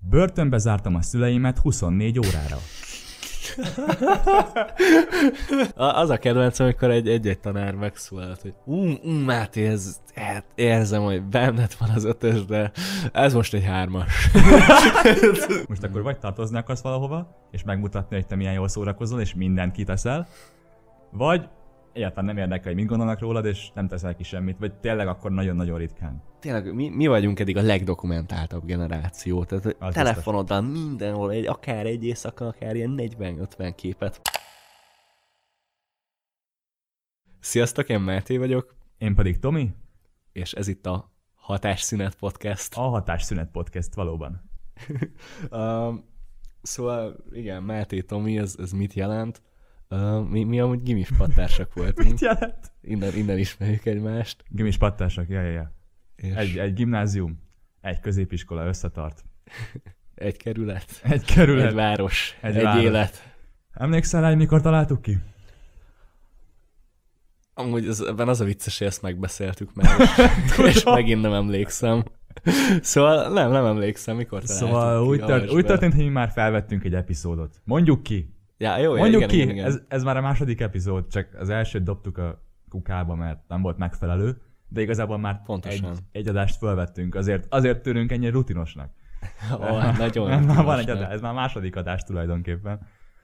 Börtönbe zártam a szüleimet 24 órára. Az a kedvencem, amikor egy tanár megszólalt, hogy Máté, érzem, hogy benned van az 5-ös, de ez most egy 3-as. Most akkor vagy tartozni akarsz valahova, és megmutatni, hogy te milyen jól szórakozol, és mindent kiteszel, vagy egyáltalán nem érdekel, hogy mit gondolnak rólad, és nem teszel ki semmit, vagy tényleg akkor nagyon-nagyon ritkán. Tényleg, mi vagyunk eddig a legdokumentáltabb generáció, tehát az telefonoddal mindenhol, akár egy éjszaka, akár ilyen 40-50 képet. Sziasztok, én Máté vagyok. Én pedig Tomi. És ez itt a Hatásszünet Podcast. A Hatásszünet Podcast, valóban. Szóval, igen, Máté, Tomi, ez mit jelent? Mi amúgy gimis pattársak voltunk. Mit jelent? Innen ismerjük egymást. Gimis pattársak, ja. És egy gimnázium, egy középiskola összetart. Egy kerület. Egy város. Egy város. élet. Emlékszel rá, hogy mikor találtuk ki? Amúgy ebben az a vicces, hogy ezt megbeszéltük már, és megint nem emlékszem. Szóval nem emlékszem, mikor találtuk Szóval úgy történt, hogy mi már felvettünk egy epizódot. Mondjuk ki. Ja, jó, Mondjuk igen, ki, igen. Ez már a második epizód, csak az elsőt dobtuk a kukába, mert nem volt megfelelő, de igazából már egy adást felvettünk, azért tűrünk ennyire rutinosnak. Nagyon rutinosnak. Ez már második adás tulajdonképpen.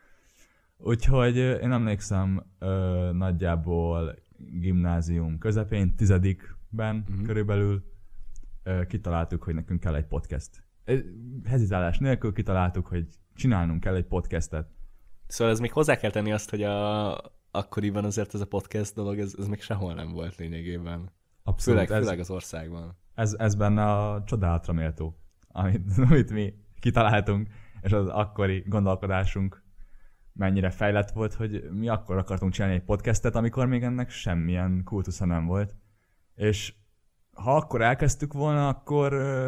Úgyhogy én emlékszem nagyjából gimnázium közepén, 10-ben körülbelül kitaláltuk, hogy nekünk kell egy podcast. Hezitálás nélkül kitaláltuk, hogy csinálnunk kell egy podcastet. Szóval ez még hozzá kell tenni azt, hogy akkoriban azért ez a podcast dolog, ez még sehol nem volt lényegében. Abszolút. Főleg az országban. Ez benne a csodálatra méltó, amit mi kitaláltunk, és az akkori gondolkodásunk mennyire fejlett volt, hogy mi akkor akartunk csinálni egy podcastet, amikor még ennek semmilyen kultusza nem volt. És ha akkor elkezdtük volna, akkor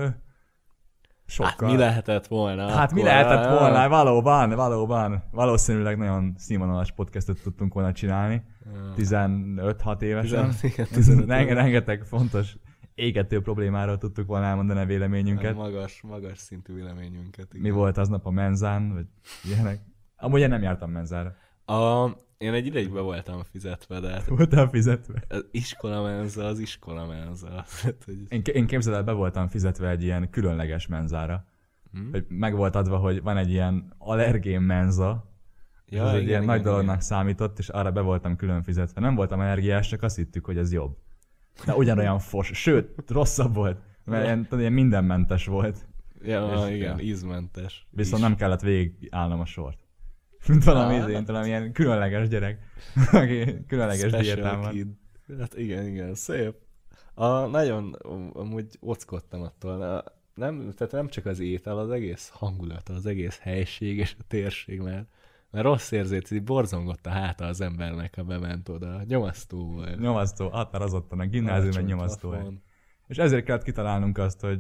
sokkal... Hát mi lehetett volna? Mi lehetett volna? Valóban. Valószínűleg nagyon színvonalas podcastet tudtunk volna csinálni. 15-6 évesen. 15 rengeteg fontos égető problémáról tudtuk volna elmondani a véleményünket. Magas szintű véleményünket. Igen. Mi volt aznap a menzán, vagy ilyenek? Amúgy én nem jártam menzára. Én egy ideig be voltam fizetve, de... Voltál fizetve? Az iskola menza. Én képzeld el, be voltam fizetve egy ilyen különleges menzára. Hogy meg volt adva, hogy van egy ilyen allergén menza, és ez egy ilyen nagy dolognak számított, és arra be voltam külön fizetve. Nem voltam allergiás, csak azt hittük, hogy ez jobb. De ugyanolyan fos, sőt, rosszabb volt, mert ilyen mindenmentes volt. Ja, igen, ízmentes. Viszont nem kellett végigállnom a sort. Mint valami ilyen különleges gyerek, aki különleges diétán van. Hát igen, szép. Nagyon amúgy ockodtam attól. Tehát nem csak az étel, az egész hangulata, az egész helység és a térség, mert rossz érzés, így borzongott a háta az embernek, ha bement oda. Nyomasztó volt. Nyomasztó, határozottan a gimnázium egy nyomasztó. És ezért kellett kitalálnunk azt, hogy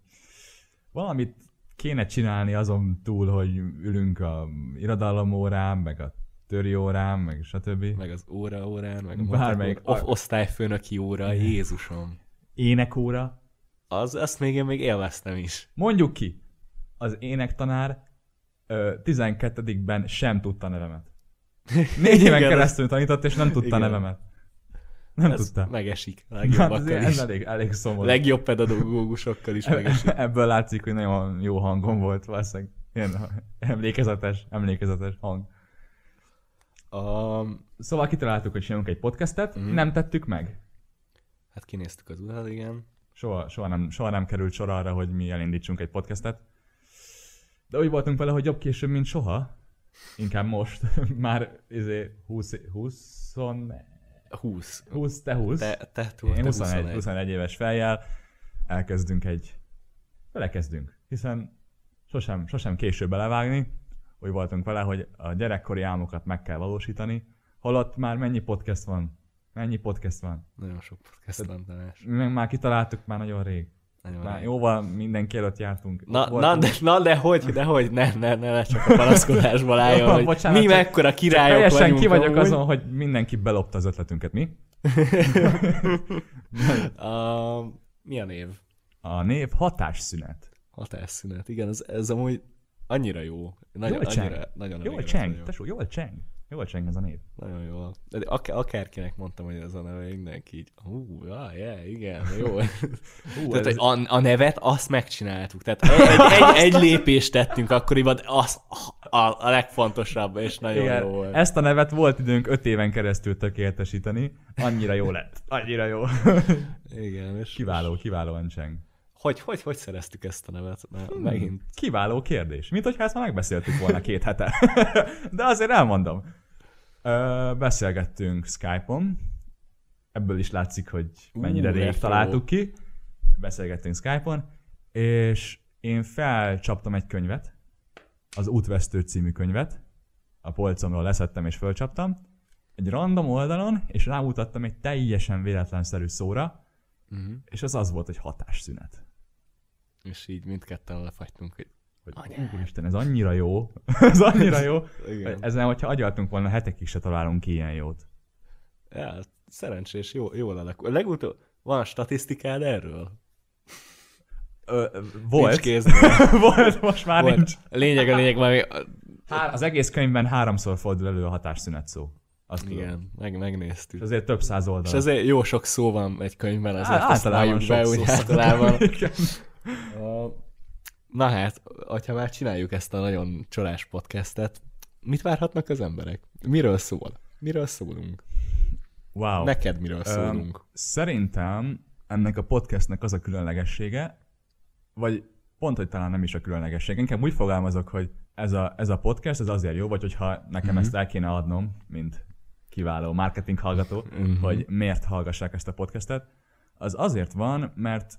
valamit kéne csinálni azon túl, hogy ülünk a irodalomórán, meg a töri órán, meg stb. Meg az órán, meg bármelyik osztályfőnöki óra, Jézusom. Énekóra. Azt még én élveztem is. Mondjuk ki, az énektanár 12-ben sem tudta nevemet. 4 éven keresztül tanított, és nem tudta nevemet. Nem tudta. Megesik. Legjobbakkal is. Elég szomorú. Legjobb pedagógusokkal is megesik. Ebből látszik, hogy nagyon jó hangom volt, valószínűleg. Ilyen emlékezetes hang. Szóval kitaláltuk, hogy csinálunk egy podcastet, nem tettük meg. Hát kinéztük az utat, igen. Soha nem került sor arra, hogy mi elindítsunk egy podcastet. De úgy voltunk vele, hogy jobb később, mint soha. Inkább most. Már 20. Te 20. Én 21 éves fejjel belekezdünk. Hiszen sosem később belevágni. Úgy voltunk vele, hogy a gyerekkori álmokat meg kell valósítani. Holott már mennyi podcast van? Nagyon sok podcast van, Tamás. Mi már kitaláltuk már nagyon rég. Már jóval mindenki előtt jártunk. De hogy ne csak a panaszkodásból álljon, hogy bocsánat, mi mekkora királyok vagyunk. Teljesen ki vagyok azon, hogy mindenki belopta az ötletünket. Mi? Mi a név? A név Hatásszünet. Hatásszünet. Igen, ez amúgy annyira jó. Nagyon jól cseng. Tesó, jól cseng. Jól cseng ez a név. Nagyon jó. De akárkinek mondtam, hogy ez a neve, mindenki így, igen, jó. Tehát, ez... a nevet, azt megcsináltuk. Tehát egy lépést tettünk akkoriban, az a legfontosabb, és nagyon igen, jó volt. Ezt a nevet volt időnk 5 éven keresztül tökéletesíteni. Annyira jó lett. Annyira jó. Igen. És kiválóan cseng. Hogy szereztük ezt a nevet? Megint. Kiváló kérdés. Mint hogyha ezt már megbeszéltük volna 2 hete. De azért elmondom. Beszélgettünk Skype-on. Ebből is látszik, hogy mennyire rég találtuk ki. Beszélgettünk Skype-on. És én felcsaptam egy könyvet. Az Útvesztő című könyvet. A polcomról leszettem és fölcsaptam. Egy random oldalon, és rámutattam egy teljesen véletlenszerű szóra. És az volt, hogy hatásszünet. És így mindketten lefagytunk, hogy úristen, ez annyira jó. Ez annyira jó. Ezen, hogyha agyaltunk volna, hetekig se találunk ki ilyen jót. Ja, szerencsés, jó lelek. Legutóbb van statisztikád erről? Volt. Volt, most már volt. Nincs. Lényeg, már... Az egész könyvben 3-szor fordul elő a hatásszünet szó. Azt igen, megnéztük. És azért több 100 oldal. És azért jó sok szó van egy könyvben, azért általában be, úgy általában. Na hát, hogyha már csináljuk ezt a nagyon csalás podcastet, mit várhatnak az emberek? Miről szól? Miről szólunk? Wow. Neked miről szólunk? Szerintem ennek a podcastnek az a különlegessége, vagy pont, hogy talán nem is a különlegesség. Inkább úgy fogalmazok, hogy ez a podcast, ez azért jó, vagy hogyha nekem ezt el kéne adnom, mint kiváló marketing hallgató, hogy miért hallgassák ezt a podcastet, az azért van,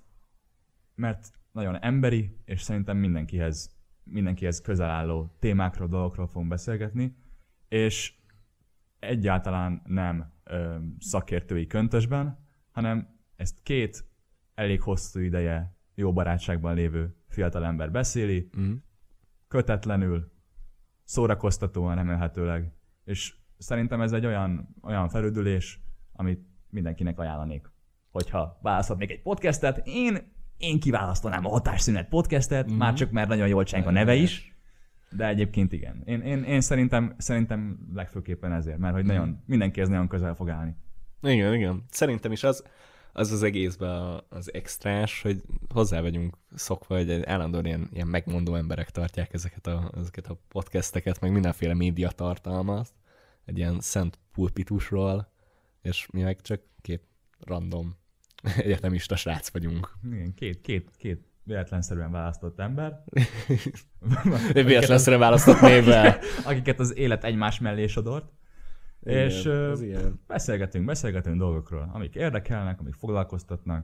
mert nagyon emberi, és szerintem mindenkihez közel álló témákról, dolgokról fogunk beszélgetni, és egyáltalán nem szakértői köntösben, hanem ezt 2 elég hosszú ideje jó barátságban lévő fiatalember beszéli, kötetlenül, szórakoztatóan remélhetőleg, és szerintem ez egy olyan felüdülés, amit mindenkinek ajánlanék. Hogyha választhatnék egy podcastet, én kiválasztanám a Hatásszünet podcastet, már csak mert nagyon jól cseng a neve is, de egyébként igen. Én szerintem legfőképpen ezért, mert hogy mindenkihez nagyon közel fog állni. Igen. Szerintem is az egészben az extrás, hogy hozzá vagyunk szokva, hogy állandóan ilyen megmondó emberek tartják ezeket a podcasteket, meg mindenféle médiatartalmat, egy ilyen szent pulpitusról, és mi meg csak 2 random egyetemista srác vagyunk. Igen, két véletlenszerűen választott ember. Véletlenszerűen választott névvel. Akiket az élet egymás mellé sodort. Igen, és beszélgetünk dolgokról, amik érdekelnek, amik foglalkoztatnak.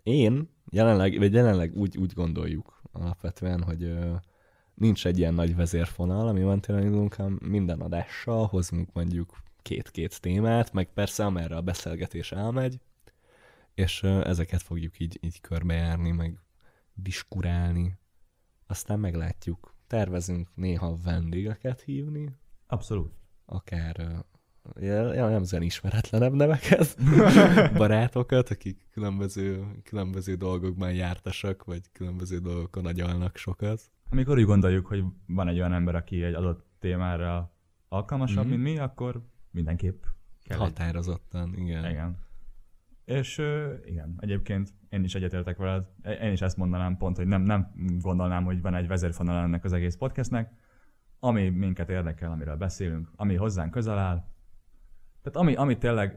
Jelenleg úgy gondoljuk alapvetően, hogy nincs egy ilyen nagy vezérfonal, ami mentén indulunk, hanem minden adással hozunk mondjuk 2 témát, meg persze amerre a beszélgetés elmegy, és ezeket fogjuk így körbejárni, meg diskurálni. Aztán meglátjuk. Tervezünk néha vendégeket hívni. Abszolút. Akár nem ismeretlenebb neveket, barátokat, akik különböző dolgokban jártasak, vagy különböző dolgokon agyalnak sokat. Amikor úgy gondoljuk, hogy van egy olyan ember, aki egy adott témára alkalmasabb, mint mi, akkor mindenképp kell. Határozottan, igen. És igen, egyébként én is egyetértek veled. Én is ezt mondanám pont, hogy nem gondolnám, hogy van egy vezérfonal ennek az egész podcastnek, ami minket érdekel, amiről beszélünk, ami hozzánk közel áll. Tehát ami tényleg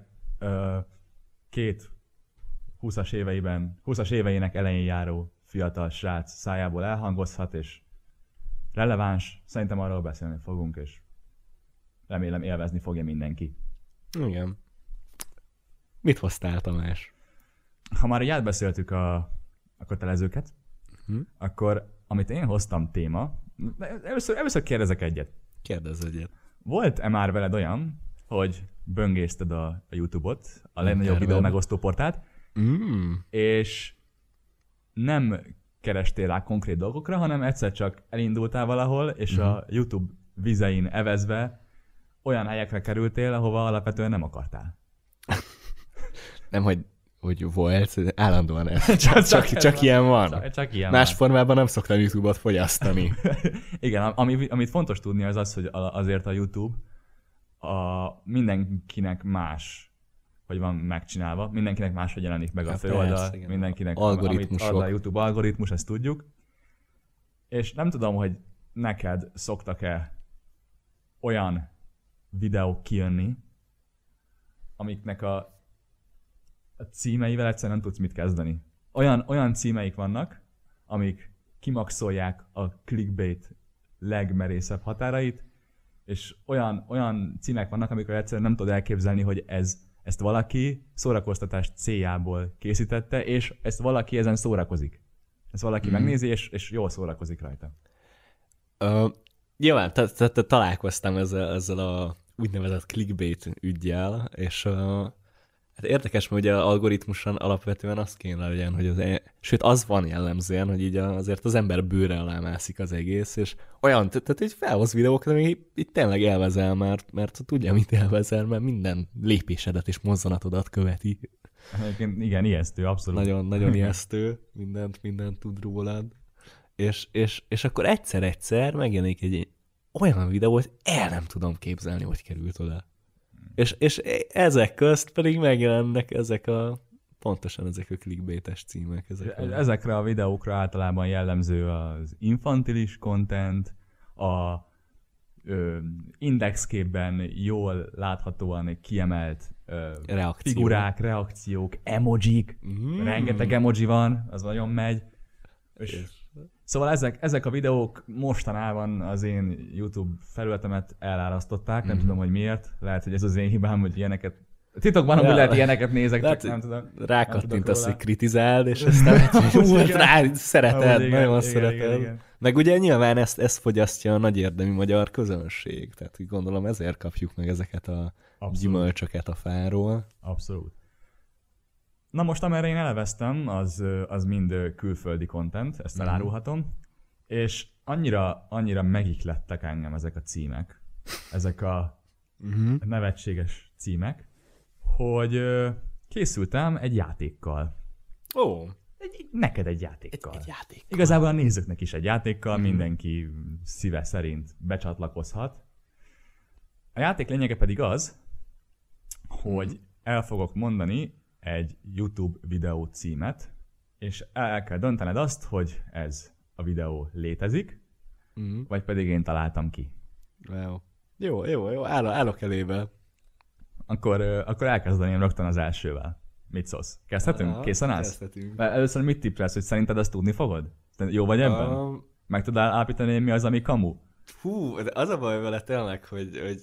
20-as éveinek elején járó fiatal srác szájából elhangozhat, és releváns, szerintem arról beszélni fogunk, és remélem élvezni fogja mindenki. Igen. Mit hoztál, Tamás? Ha már így átbeszéltük a kötelezőket, akkor amit én hoztam téma, először kérdezek egyet. Kérdezz egyet. Volt-e már veled olyan, hogy böngészted a YouTube-ot, a legnagyobb videó megosztó portált, és nem kerestél rá konkrét dolgokra, hanem egyszer csak elindultál valahol, és a YouTube vizein evezve olyan helyekre kerültél, ahova alapvetően nem akartál. Nem, hogy hogy volt, állandóan ez. Csak ilyen van. Csak ilyen Más van. formában nem szoktam YouTube-ot fogyasztani. Igen, amit fontos tudni az az, hogy azért a YouTube mindenkinek más, hogy van megcsinálva, mindenkinek máshogy jelenik meg a főoldal, mindenkinek amit ad a YouTube algoritmus, ezt tudjuk. És nem tudom, hogy neked szoktak-e olyan videók kijönni, amiknek a címeivel egyszerűen nem tudsz mit kezdeni. Olyan címeik vannak, amik kimaxolják a clickbait legmerészebb határait, és olyan címek vannak, amikor egyszerűen nem tudod elképzelni, hogy ezt valaki szórakoztatás céljából készítette, és ezt valaki ezen szórakozik. Ezt valaki megnézi, és jól szórakozik rajta. Nyilván, találkoztam ezzel a úgynevezett clickbait üggyel, és hát érdekes, mert ugye algoritmusan alapvetően az kéne legyen, hogy sőt az van jellemzően, hogy így azért az ember bőre alá mászik az egész, és olyan, tehát így felhoz videókat, ami itt tényleg élvezel, mert tudja, mit élvezel, mert minden lépésedet és mozzanatodat követi. Igen, ijesztő, abszolút. Nagyon ijesztő, mindent tud rólad. És akkor egyszer megjelenik egy olyan videó, hogy el nem tudom képzelni, hogy került oda. És ezek közt pedig megjelennek pontosan ezek a clickbaites címek. Ezekre a videókra általában jellemző az infantilis content, a indexképben jól láthatóan kiemelt figurák, reakciók, emojik, rengeteg emoji van, az nagyon megy. Szóval ezek a videók mostanában az én YouTube felületemet elárasztották, nem tudom, hogy miért. Lehet, hogy ez az én hibám, hogy ilyeneket... Titokban amúgy lehet ilyeneket nézek, csak nem tudom. Rákattintasz, hogy kritizáld, és aztán szereted, nagyon szereted. Igen. Meg ugye nyilván ezt fogyasztja a nagy érdemű magyar közönség. Tehát gondolom ezért kapjuk meg ezeket a gyümölcsöket a fáról. Abszolút. Na most, amerre én elveztem, az mind külföldi content, ezt elárulhatom, és annyira megihlettek engem ezek a címek, ezek a nevetséges címek, hogy készültem egy játékkal. Neked egy játékkal. Egy játékkal. Igazából a nézőknek is egy játékkal, mindenki szíve szerint becsatlakozhat. A játék lényege pedig az, hogy el fogok mondani egy YouTube videó címet, és el kell döntened azt, hogy ez a videó létezik, vagy pedig én találtam ki. Wow. Jó, állok elébe. Akkor elkezdeném rögtön az elsővel. Mit szólsz? Kezdhetünk? Készen állsz? Kezdhetünk. Először mit tippelsz, hogy szerinted ezt tudni fogod? Te jó vagy ebben? Meg tudod állapítani, mi az, ami kamu? De az a baj vele tényleg, hogy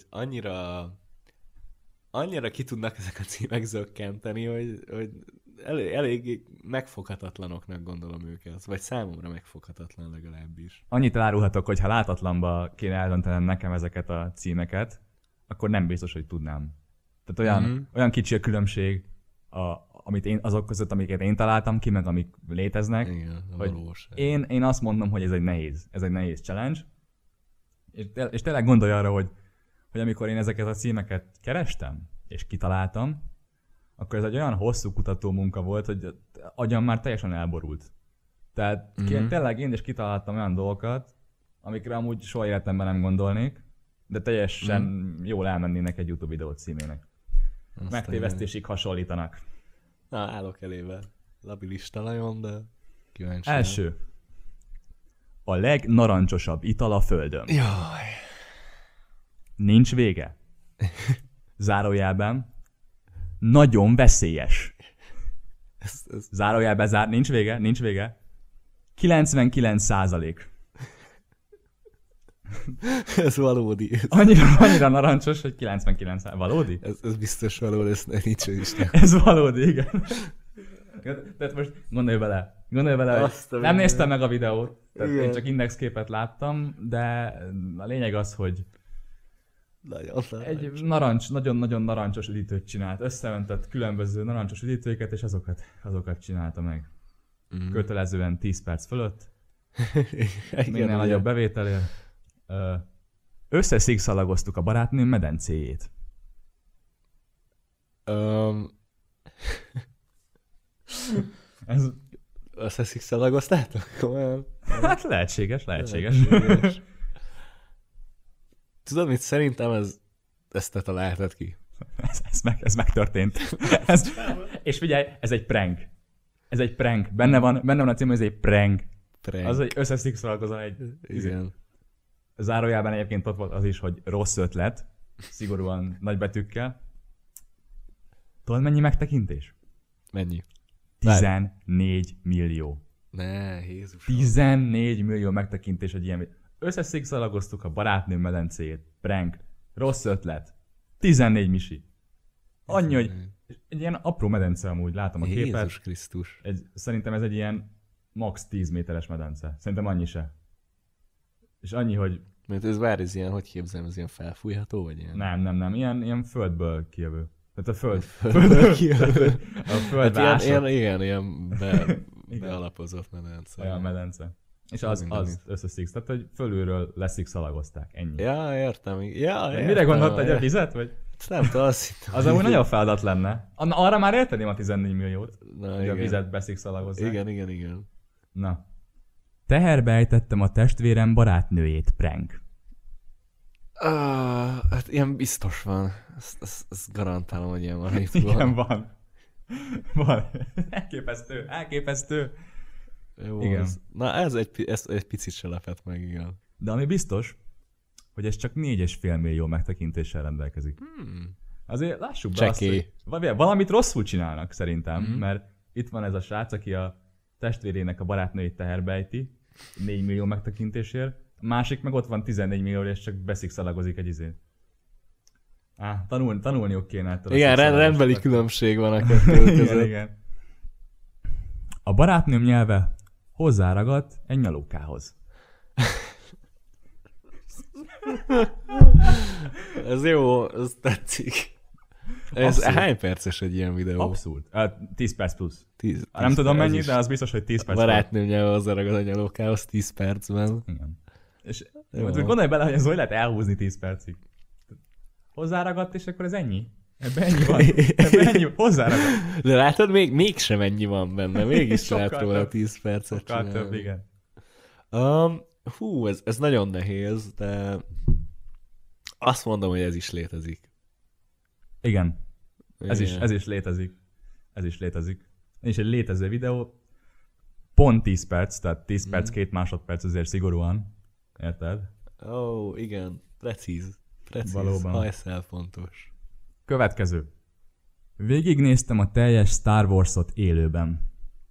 annyira ki tudnak ezek a címek zökkenteni, hogy elég megfoghatatlanoknak gondolom őket, vagy számomra megfoghatatlan legalábbis. Annyit elárulhatok, hogy ha látatlanba kéne eldöntenem nekem ezeket a címeket, akkor nem biztos, hogy tudnám. Tehát olyan kicsi a különbség azok között, amiket én találtam ki, meg amik léteznek. Igen, hogy én azt mondom, hogy ez egy nehéz challenge, és tényleg gondolj arra, hogy amikor én ezeket a címeket kerestem, és kitaláltam, akkor ez egy olyan hosszú kutató munka volt, hogy agyam már teljesen elborult. Tehát tényleg én is kitaláltam olyan dolgokat, amikre amúgy soha életemben nem gondolnék, de teljesen jól elmennének egy YouTube videó címének. Megtévesztésig hasonlítanak. Na, állok elébe. Labilista nagyon, de kíváncsi. Első. A legnarancsosabb ital a földön. Jaj. Nincs vége. Zárójelben. Nagyon veszélyes. Zárójelben nincs vége. 99%. Ez valódi. Annyira narancsos, hogy 99%. Valódi? Ez biztos valódi, ez nincs is. Ez valódi, igen. Tehát most gondolj bele, hogy nem néztem meg a videót, tehát én csak indexképet láttam, de a lényeg az, hogy egy nagyon-nagyon narancsos üdítőt csinált. Összeöntött különböző narancsos üdítőket, és azokat csinálta meg. Kötelezően 10 perc fölött. Minél nagyobb bevételért. Összeszikszalagoztuk a barátnőm medencéjét. Ez... Összeszix-szel lagoztátok? Komolyan? Hát lehetséges. Tudod mit? Szerintem ezt te találtad ki. Ez megtörtént. És figyelj, ez egy prank. Benne van a cím, hogy ez egy prank. Az egy összeszixelagozó egy... Igen. Zárójában egyébként ott volt az is, hogy rossz ötlet, szigorúan nagybetűkkel. Tudod mennyi megtekintés? Mennyi? 14 millió. Ne, Jézus. 14 millió megtekintés egy ilyen... Összeszixelagoztuk a barátnőm medencéjét. Prank. Rossz ötlet. 14 misi. Annyi, hogy egy ilyen apró medence amúgy, látom a képet. Jézus Krisztus. Szerintem ez egy ilyen max 10 méteres medence. Szerintem annyi se. És annyi, hogy... Mert ez ilyen, hogy képzelem, ez ilyen felfújható, vagy ilyen? Nem. Ilyen földből kijövő. Tehát a földből kijövő. A föld hát ilyen bealapozott medence. Olyan medence. És az összeszix, tehát hogy fölülről leszixalagozták, ennyi. Ja, értem. Mire gondoltad, hogy a vizet? Vagy? Nem tudom, azt hittem. Az amúgy nagyon feladat lenne. Arra már érteném a 14 milliót, hogy igen. A vizet beszixalagozzák. Igen. Na. Teherbe ejtettem a testvérem barátnőjét, prank. Hát ilyen biztos van. Ezt garantálom, hogy ilyen van. Igen, van. Elképesztő. Jó, igen. Ez egy picit se lepett meg, igen. De ami biztos, hogy ez csak 4,5 millió megtekintéssel rendelkezik. Azért lássuk be azt, hogy valamit rosszul csinálnak szerintem, mert itt van ez a srác, aki a testvérének a barátnőjét teherbe ejti, 4 millió megtekintésért, a másik meg ott van 14 millió, és csak beszixalagozik egy izét. Tanulniuk kéne ettől. Igen, rendbeli különbség van a kettő között. Igen. A barátnőm nyelve hozzáragadt egy nyalókához. Ez jó, ez tetszik. Ez hány perces egy ilyen videó? Abszolút. 10 perc plusz. 10 nem tudom mennyi, de az biztos, hogy 10 perc. A barátnőm nyelve hozzáragad a nyalókához 10 percben. Igen. És gondolj bele, hogy ez hogy lehet elhúzni 10 percig. Hozzáragadt, és akkor ez ennyi. Ebben ennyi van. Hozzáragadt. De látod, mégsem ennyi van benne. Mégis lehet róla 10 percet csinálni. Sokkal több, igen. Ez nagyon nehéz, de azt mondom, hogy ez is létezik. Igen. Ez is létezik. És egy létező videó, pont 10 perc, tehát 10 perc, 2 másodperc azért szigorúan. Érted? Igen. Precíz. Valóban. Hajszál fontos. Következő. Végignéztem a teljes Star Wars-ot élőben.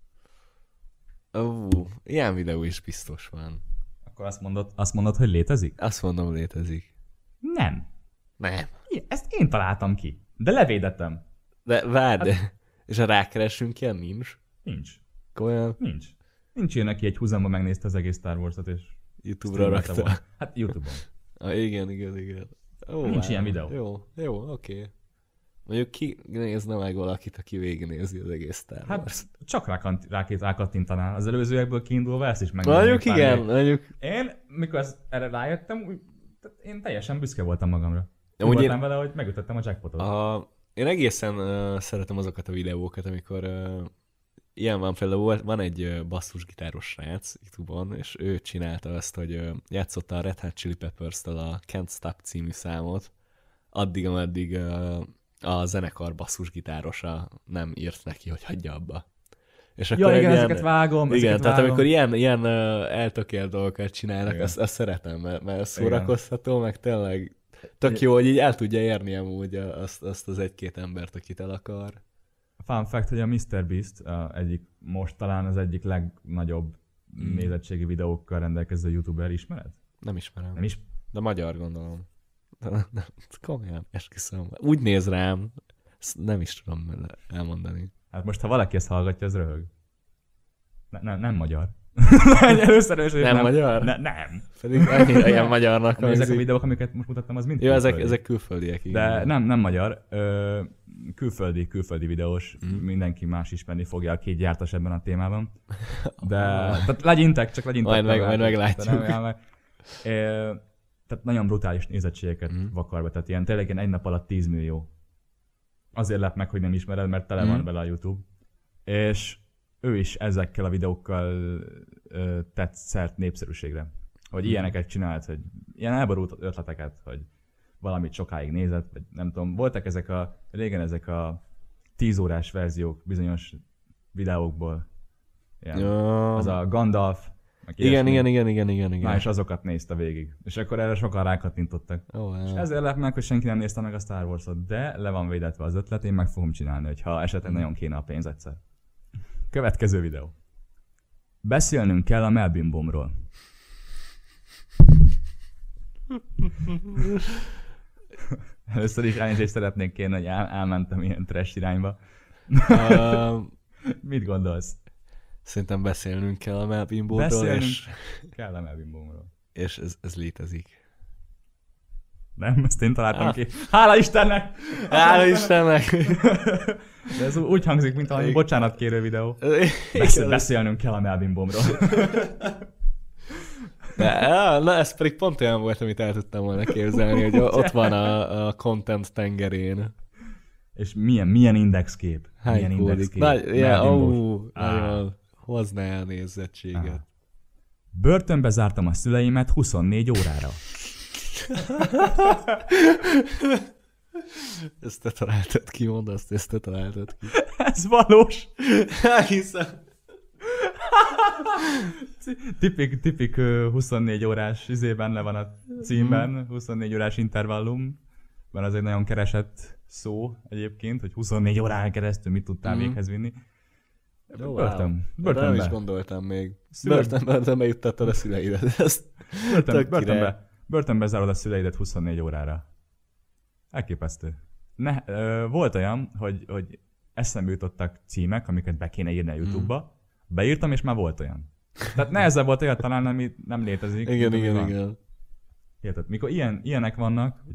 Ilyen videó is biztos van. Akkor azt mondod, hogy létezik? Azt mondom, létezik. Nem. Nem. Ezt én találtam ki. De levédettem. De várj, és ha rákeresünk ilyen nincs? Nincs. Komolyan? Nincs ilyen, aki egy húzamba megnézte az egész Star Wars-ot, és YouTube-ra rakta. Hát YouTube-on. Igen. Nincs ilyen videó. Jó, oké. Mondjuk ki nézne meg valakit, aki végignézi az egész Star Wars. Hát csak rákattintanál. Az előzőekből kiindulva ezt is megnézni. Mondjuk igen. Én, mikor erre rájöttem, én teljesen büszke voltam magamra. Úgy voltam vele, hogy megütöttem a jackpotot. Én egészen szeretem azokat a videókat, amikor ilyen van, például van egy basszusgitáros srác YouTube-on, és ő csinálta azt, hogy játszotta a Red Hot Chili Peppers-től a Can't Stop című számot, addig, ameddig a zenekar basszusgitárosa nem írt neki, hogy hagyja abba. És akkor igen, ezeket vágom. Igen, tehát amikor ilyen eltökélt dolgokat csinálnak, azt szeretem, mert szórakoztató, meg tényleg tök jó, hogy így el tudja érni amúgy azt az egy-két embert, akit el akar. Fun fact, hogy a MrBeast most talán az egyik legnagyobb nézettségi videókkal rendelkező youtuber, ismered? Nem ismerem. De magyar, gondolom. Nem, komolyan, esküszöm. Úgy néz rám, nem is tudom elmondani. Hát most, ha valaki ezt hallgatja, az röhög. Nem magyar. Először nem magyar? Nem. Pedig annyira ilyen magyarnak. Ezek a videók, amiket most mutattam, az mind külföldi. Ezek külföldiek. De nem magyar. Külföldi videós. Mindenki más ismerni fogja, aki gyártas ebben a témában. De tehát legyintek. Majd meglátjuk. Tehát nagyon brutális nézettségeket vakar be. Tehát ilyen tényleg egy nap alatt 10 millió. Azért lep meg, hogy nem ismered, mert tele van vele a YouTube. És ő is ezekkel a videókkal tett szert népszerűségre. Hogy ilyeneket csinált, hogy ilyen elborult ötleteket, hogy valamit sokáig nézett, vagy nem tudom. Voltak régen ezek a 10 órás verziók bizonyos videókból. Az a Gandalf, igen. Na, és azokat nézte végig. És akkor erre sokan rákattintottak. És ezért lett meg, hogy senki nem nézte meg a Star Wars-ot, de le van védetve az ötlet, én meg fogom csinálni, hogyha esetleg nagyon kéne a pénz egyszer. Következő videó. Beszélnünk kell a Melvin Bombról. Először is elnézést szeretnék kérni, hogy elmentem ilyen trash irányba. Mit gondolsz? Szerintem beszélnünk kell a Melvin Bombról, és... kell a Melvin Bombról. És ez létezik. Nem, ezt én találtam ki. Hála Istennek! Hála Istennek! De ez úgy hangzik, mint valami bocsánatkérő videó. Beszélnünk kell a Melvin Bombról. Na, ez pedig pont olyan volt, amit el tudtam volna képzelni, hogy ott van a content tengerén. És milyen indexkép? Milyen indexkép? Nagyon hozná a nézettséget. Börtönbe zártam a szüleimet 24 órára. Ezt te találtad ki, mondd azt, ezt te találtad ki. Ez valós. Hiszem. Tipik 24 órás benne van a címben, 24 órás intervallum. Van az egy nagyon keresett szó egyébként, hogy 24 órán keresztül mit tudtál véghez vinni. Börtönbe. Nem is gondoltam még. Börtönbe juttattad a szüleidet. Börtönbe zárod a szüleidet 24 órára. Elképesztő. Volt olyan, hogy eszembe jutottak címek, amiket be kéne írni a YouTube-ba. Beírtam, és már volt olyan. Tehát nehezebb volt olyat találni, ami nem létezik. Igen. Érted? Mikor ilyenek vannak...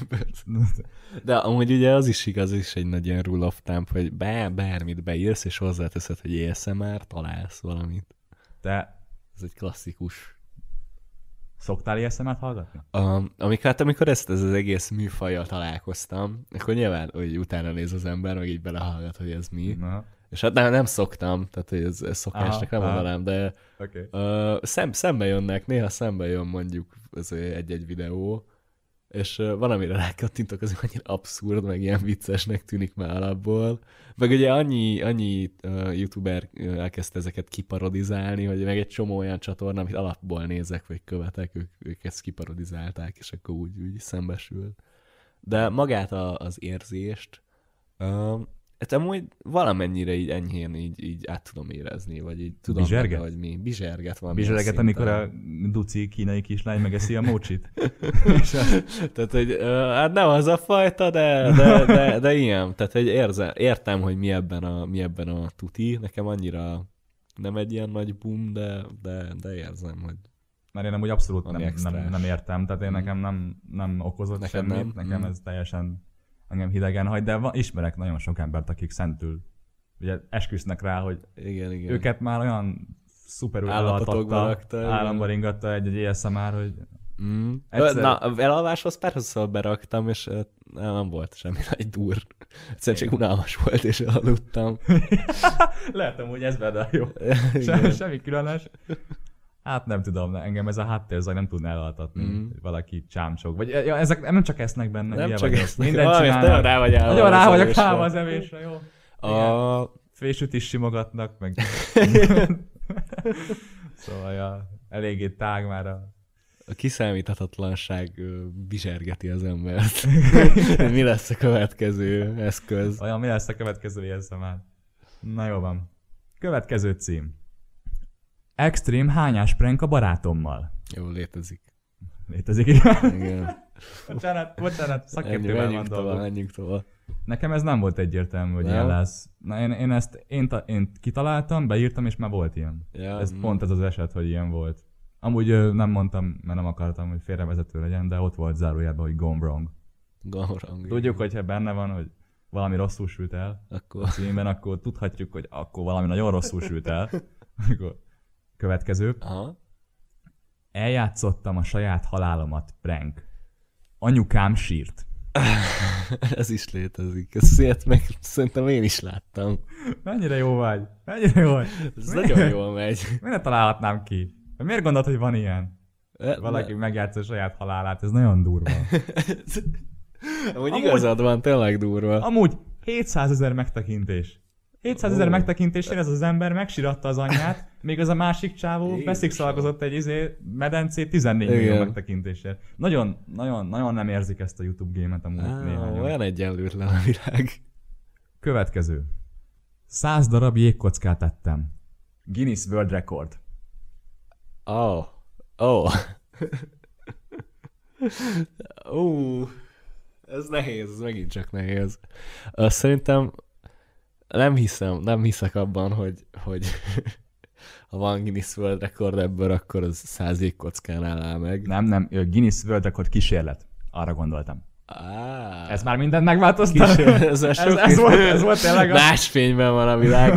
De amúgy ugye az is igaz, is egy nagy ilyen rule of thumb, hogy bármit beírsz, és hozzáteszed, hogy ASMR, találsz valamit. Ez egy klasszikus. Szoktál ASMR-t hallgatni? Amikor ezt az egész műfajjal találkoztam, akkor nyilván, hogy utána néz az ember, meg így belehallgat, hogy ez mi. Na. És hát nem szoktam, tehát hogy ez szokásnak nem mondanám, de szembe jönnek, néha szembe jön mondjuk egy-egy videó, és valamire rákattintok, az annyira abszurd, meg ilyen viccesnek tűnik már alapból. Meg ugye annyi youtuber elkezdte ezeket kiparodizálni, hogy meg egy csomó olyan csatorna, amit alapból nézek, vagy követek, ők ezt kiparodizálták, és akkor úgy szembesül. De magát az érzést, hát amúgy valamennyire így enyhén így át tudom érezni, vagy így tudom benne, hogy mi. Bizserget van. Bizserget, amikor a duci kínai kislány megeszi a mócsit. Tehát, hogy hát nem az a fajta, de ilyen. Tehát, hogy értem, hogy mi ebben a tuti. Nekem annyira nem egy ilyen nagy boom, de érzem, hogy mert én amúgy abszolút nem értem. Tehát én nekem nem okozott nekem semmit. Nekem ez teljesen engem hidegen hagy, de ismerek nagyon sok embert, akik szentül ugye esküsznek rá, hogy igen. őket már olyan szuperül államba ringatta egy ASMR, hogy Na, elalváshoz párhozszor beraktam, és nem volt semmi nagy dur. Egyszerűen csak unalmas volt, és elaludtam. Lehet amúgy ez de jó. Semmi különös. Hát nem tudom, engem ez a háttérzaj nem tudna elaltatni, hogy valaki csámcsog. Vagy ezek nem csak esznek benne. Nem csak esznek. Mindent csinálnak. Nagyon rá vagyok állva az evésre, jó? Fésűt is simogatnak, meg... Szóval eléggé tág már a kiszámíthatatlanság bizsergeti az embert. Mi lesz a következő eszköz? Mi lesz a következő ASMR? Na jó van. Következő cím. Extrém hányás prank a barátommal. Jó, létezik. Létezik, igen. Bocsánat, szakértővel van dolgok. Menjünk tovább. Nekem ez nem volt egyértelmű, hogy ilyen lesz. Na, én kitaláltam, beírtam, és már volt ilyen. Ja, pont ez az eset, hogy ilyen volt. Amúgy nem mondtam, mert nem akartam, hogy félrevezető legyen, de ott volt zárójelben, hogy gone wrong. Tudjuk, hogyha benne van, hogy valami rosszul sült el a címben, akkor tudhatjuk, hogy akkor valami nagyon rosszul sült el. Következő. Aha. Eljátszottam a saját halálomat, prank. Anyukám sírt. Ez is létezik. Ezt meg szerintem én is láttam. Mennyire jó vagy? Mennyire jó vagy? Ez nagyon jól megy. Miért találhatnám ki? Miért gondolod, hogy van ilyen? Valaki megjátsza saját halálát, ez nagyon durva. Amúgy igazad van, tényleg durva. Amúgy 700 000 megtekintés. 700 000 megtekintésére ez az ember megsiratta az anyját, még az a másik csávó beszikszalkozott egy medencét 14 millió megtekintésért. Nagyon nem érzik ezt a YouTube gémet amúgy néhányan. Olyan egyenlőtlen a világ. Következő. 100 darab jégkockát ettem. Guinness World Record. Ez nehéz, ez megint csak nehéz. Szerintem nem hiszek abban, hogy ha van Guinness World Record ebből, akkor az 100 jégkockánál áll meg. Nem, Guinness World Record kísérlet. Arra gondoltam. Ez már mindent megváltoztat? Ez volt tényleg más fényben van a világ.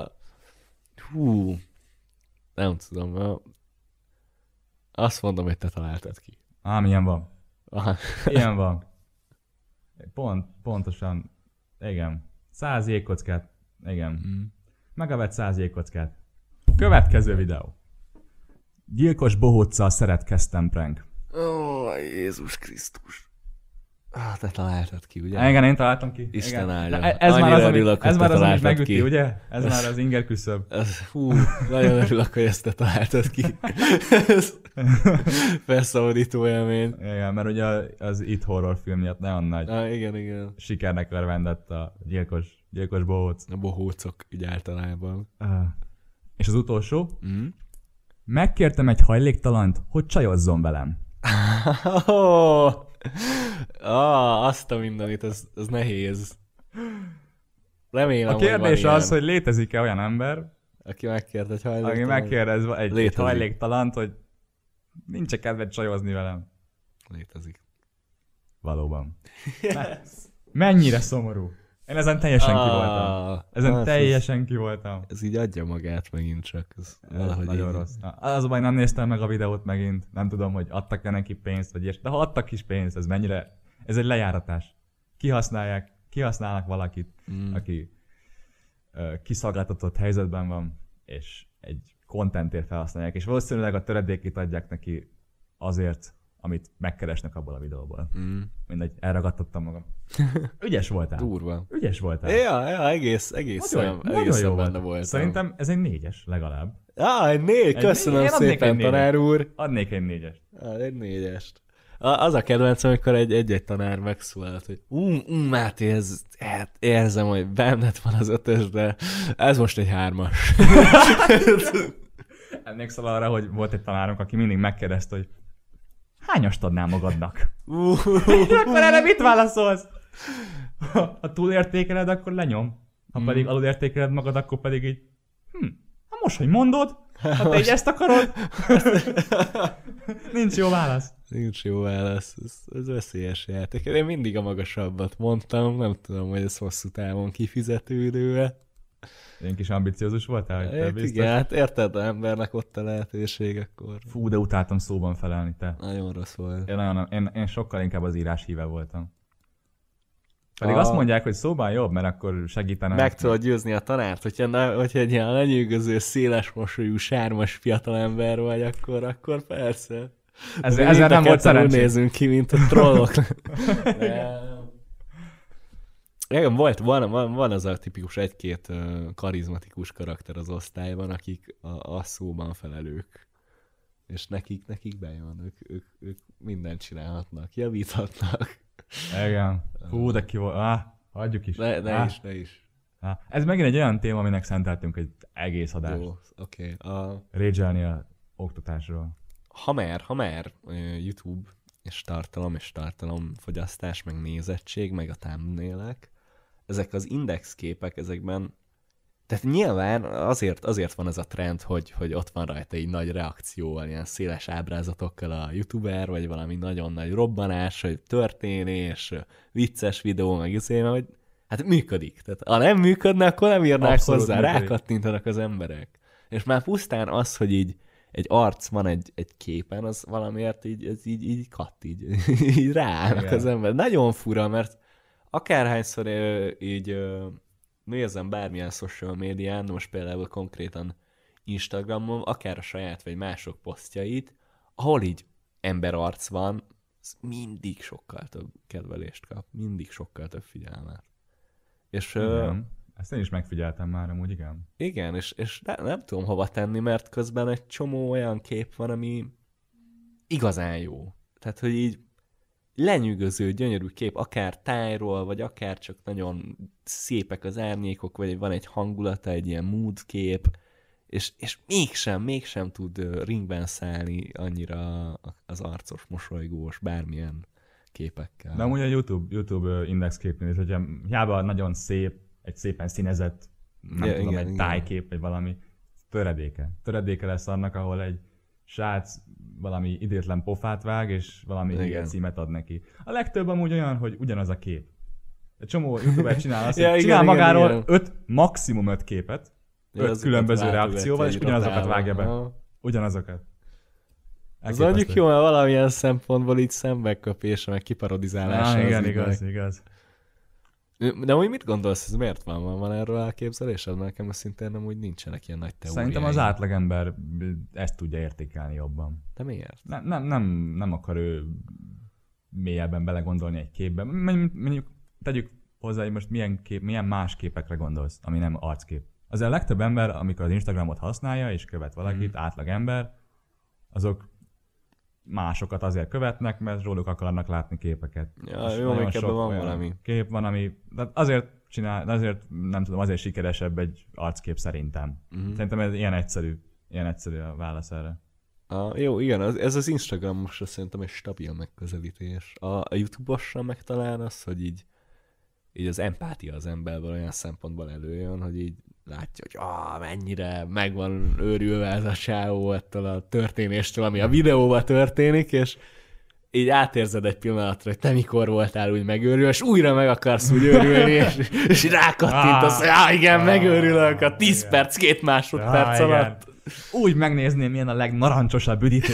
Nem tudom. Azt mondom, hogy te találtad ki. Milyen van. Ilyen van. Pontosan. Igen. 100 jégkockát. Igen. Megevett 100 jégkockát. Következő videó. Gyilkos bohóccal szeret kezdtem prank. Jézus Krisztus. Te találtad ki, ugye? Igen, én találtam ki. Isten áldja. Ez már az, amit megüti, ugye? Ez már az inger küszöb. Nagyon örülök, hogy ezt te találtad ki. Felszabadító élmény. Igen, mert ugye az It horror film miatt nagyon nagy igen. sikernek örvendett a gyilkos bohóc. A bohócok így általában. És az utolsó. Megkértem egy hajléktalant, hogy csajozzon velem. Azt a mindenit, ez nehéz. Remélem, a kérdés az, hogy létezik-e olyan ember, aki megkérdez egy hajléktalant, hogy nincs-e kedved csajozni velem. Létezik. Valóban. Mennyire szomorú. Én ezen teljesen ki voltam. Ez így adja magát megint csak. Ez nagyon rossz. Az a baj, nem néztem meg a videót megint. Nem tudom, hogy adtak-e neki pénzt, vagy de ha adtak is pénzt, ez egy lejáratás. Kihasználnak valakit, aki kiszolgáltatott helyzetben van, és egy contentért felhasználják, és valószínűleg a töredékét adják neki azért, amit megkeresnek abból a videóból. Mindegy, elragadtattam magam. Ügyes voltál. Durva. Ügyes voltál. Ja, egész nagyon benne voltam. Szerintem ez egy 4-es legalább. Egy 4, köszönöm szépen, tanár úr. Adnék egy 4-est. Egy 4-est. Az a kedvencem, amikor egy tanár megszólalt, hogy Máté, érzem, hogy benned van az 5-ös, de ez most egy 3-as. Emlékszel arra, hogy volt egy tanárunk, aki mindig megkérdezte, hogy hányast adnál magadnak? Akkor erre mit válaszolsz? Ha túlértékeled, akkor lenyom. Ha pedig alulértékeled magad, akkor pedig így most, hogy mondod, ha te így ezt akarod, nincs jó válasz. Nincs jó válasz. Ez veszélyes játék. Én mindig a magasabbat mondtam, nem tudom, hogy ez hosszú távon kifizetődő-e. Én kis ambiciózus voltál? Igen, hát érted, az embernek ott a lehetőség, akkor... Fú, de utáltam szóban felelni, te. Nagyon rossz volt. Én sokkal inkább az írás híve voltam. Pedig azt mondják, hogy szóban jobb, mert akkor segítenek. Meg tudod győzni a tanárt, hogyha egy ilyen lenyűgöző, széles mosolyú, sármas fiatalember vagy, akkor persze. Ezzel nem volt szerencsém. Nézünk ki, mint a trollok. Igen, van az a tipikus egy-két karizmatikus karakter az osztályban, akik a szóban felelők. És nekik bejön, ők mindent csinálhatnak, javíthatnak. Igen. Hú, de ki volt. Hagyjuk is. Ne is. Ez megint egy olyan téma, aminek szenteltünk egy egész adást. Jó, oké. Rage-elni a oktatásról. Ha már YouTube és tartalomfogyasztás, meg nézettség, meg a thumbnailek, ezek az indexképek, ezekben, tehát nyilván azért van ez a trend, hogy ott van rajta egy nagy reakcióval, ilyen széles ábrázatokkal a youtuber, vagy valami nagyon nagy robbanás, vagy történés, vicces videó, meg hogy hát működik. Tehát ha nem működne, akkor nem írnák abszolút hozzá, rákattintanak az emberek. És már pusztán az, hogy így egy arc van egy képen, az valamiért így katt, így ráállnak az ember. Nagyon fura, mert akárhányszor így nézem bármilyen social médián, most például konkrétan Instagramon, akár a saját vagy mások posztjait, ahol így emberarc van, mindig sokkal több kedvelést kap, mindig sokkal több figyelmet. És ezt én is megfigyeltem már amúgy, igen. Igen, és nem tudom hova tenni, mert közben egy csomó olyan kép van, ami igazán jó. Tehát, hogy így lenyűgöző, gyönyörű kép, akár tájról, vagy akár csak nagyon szépek az árnyékok, vagy van egy hangulata, egy ilyen mood kép, és mégsem tud ringben szállni annyira az arcos, mosolygós, bármilyen képekkel. De amúgy a YouTube index képnél, hogyha hiába nagyon szép, egy szépen színezett, egy tájkép, vagy valami töredéke lesz annak, ahol egy srác valami idétlen pofát vág, és valami hülye címet ad neki. A legtöbb amúgy olyan, hogy ugyanaz a kép. Egy csomó youtuber csinál azt, hogy csinál magáról maximum 5 képet, 5 különböző reakcióval, és ugyanazokat vágja be. Ugyanazokat. Ez mondjuk jó, mert valamilyen szempontból így szembeköpése, meg kiparodizálása. Igen, igaz. De úgy mit gondolsz, ez miért van? Van erről elképzelésed? Mert nekem szintén nem úgy nincsenek ilyen nagy teóriái. Szerintem az átlagember ezt tudja értékelni jobban. De miért? Nem akar ő mélyebben belegondolni egy képbe. Mondjuk tegyük hozzá, hogy most milyen más képekre gondolsz, ami nem arckép. Az a legtöbb ember, amikor az Instagramot használja és követ valakit, átlagember, azok másokat azért követnek, mert róluk akarnak látni képeket. Ja, jó, még ebben van valami. Kép van, ami azért nem tudom, azért sikeresebb egy arckép szerintem. Szerintem ez ilyen egyszerű a válasz erre. Jó, igen, ez az Instagramosra szerintem egy stabil megközelítés. A YouTube-osra meg talán az, hogy így az empátia az emberből olyan szempontból előjön, hogy így látja, hogy mennyire meg van őrülve ez a csávó ettől a történéstől, ami a videóban történik, és így átérzed egy pillanatra, hogy te mikor voltál úgy megőrülve, és újra meg akarsz úgy őrülni, és rákattintasz, hogy igen, megőrülök a 10 perc, 2 másodperc alatt. Úgy megnézném, milyen a legnarancsosabb üdítő.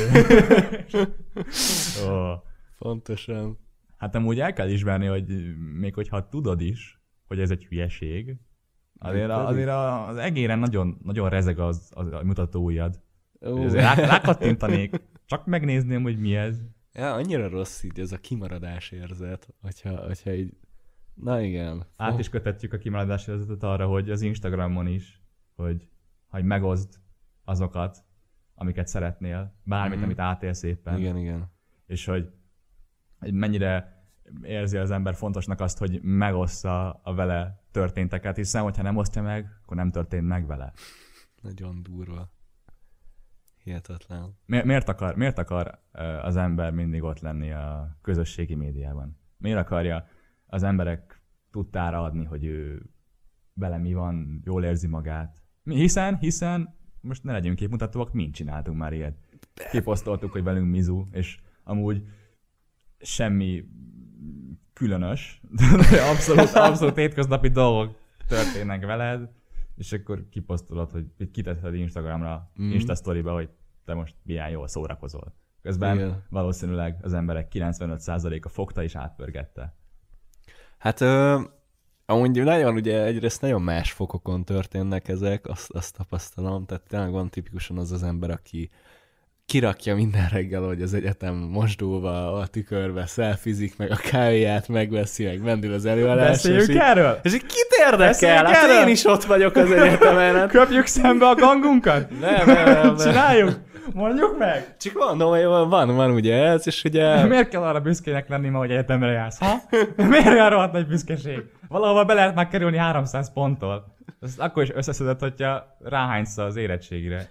Pontosan. Hát amúgy el kell ismerni, hogy még hogyha tudod is, hogy ez egy hülyeség, azért az egéren nagyon, nagyon rezeg a mutatóujjad. Rákattintanék, csak megnézném, hogy mi ez. Ja, annyira rossz így ez a kimaradás érzet, hogyha így... Na igen. Át is kötetjük a kimaradás érzetet arra, hogy az Instagramon is, hogy megoszd azokat, amiket szeretnél, bármit, amit átélsz éppen. Igen. És hogy mennyire érzi az ember fontosnak azt, hogy megossza a vele történteket, hiszen hogyha nem osztja meg, akkor nem történt meg vele. Nagyon durva. Hihetetlen. Miért akar az ember mindig ott lenni a közösségi médiában? Miért akarja az emberek tudtára adni, hogy ő vele mi van, jól érzi magát? Hiszen most ne legyünk képmutatóak, mind csináltunk már ilyet. Kiposztoltuk, hogy velünk Mizu, és amúgy semmi különös, abszolút hétköznapi dolgok történnek veled, és akkor kiposztolod, hogy kiteszed Instagramra, Insta Storyba, hogy te most milyen jól szórakozol. Közben valószínűleg az emberek 95%-a fogta és átpörgette. Hát amúgy ugye egyrészt nagyon más fokokon történnek ezek, azt tapasztalom, tehát tényleg van tipikusan az ember, aki kirakja minden reggel, hogy az egyetem mosdóba, a tükörbe szelfizik, meg a kávéját megveszi, meg vendül az előadásra. Beszéljünk erről! És így kit érdekel? Hát én is ott vagyok az egyetemen. Hát... Köpjük szembe a gangunkat? Nem. Csináljuk? Mondjuk meg! Csak mondom, hogy van ugye ez, és ugye... Miért kell arra büszkének lenni ma, hogy egyetemre jársz, ha? Miért olyan rohadt nagy büszkeség? Valahova be lehet már kerülni 300 ponttól. Ezt akkor is összeszedett, hogyha ráhánysz az érettségire.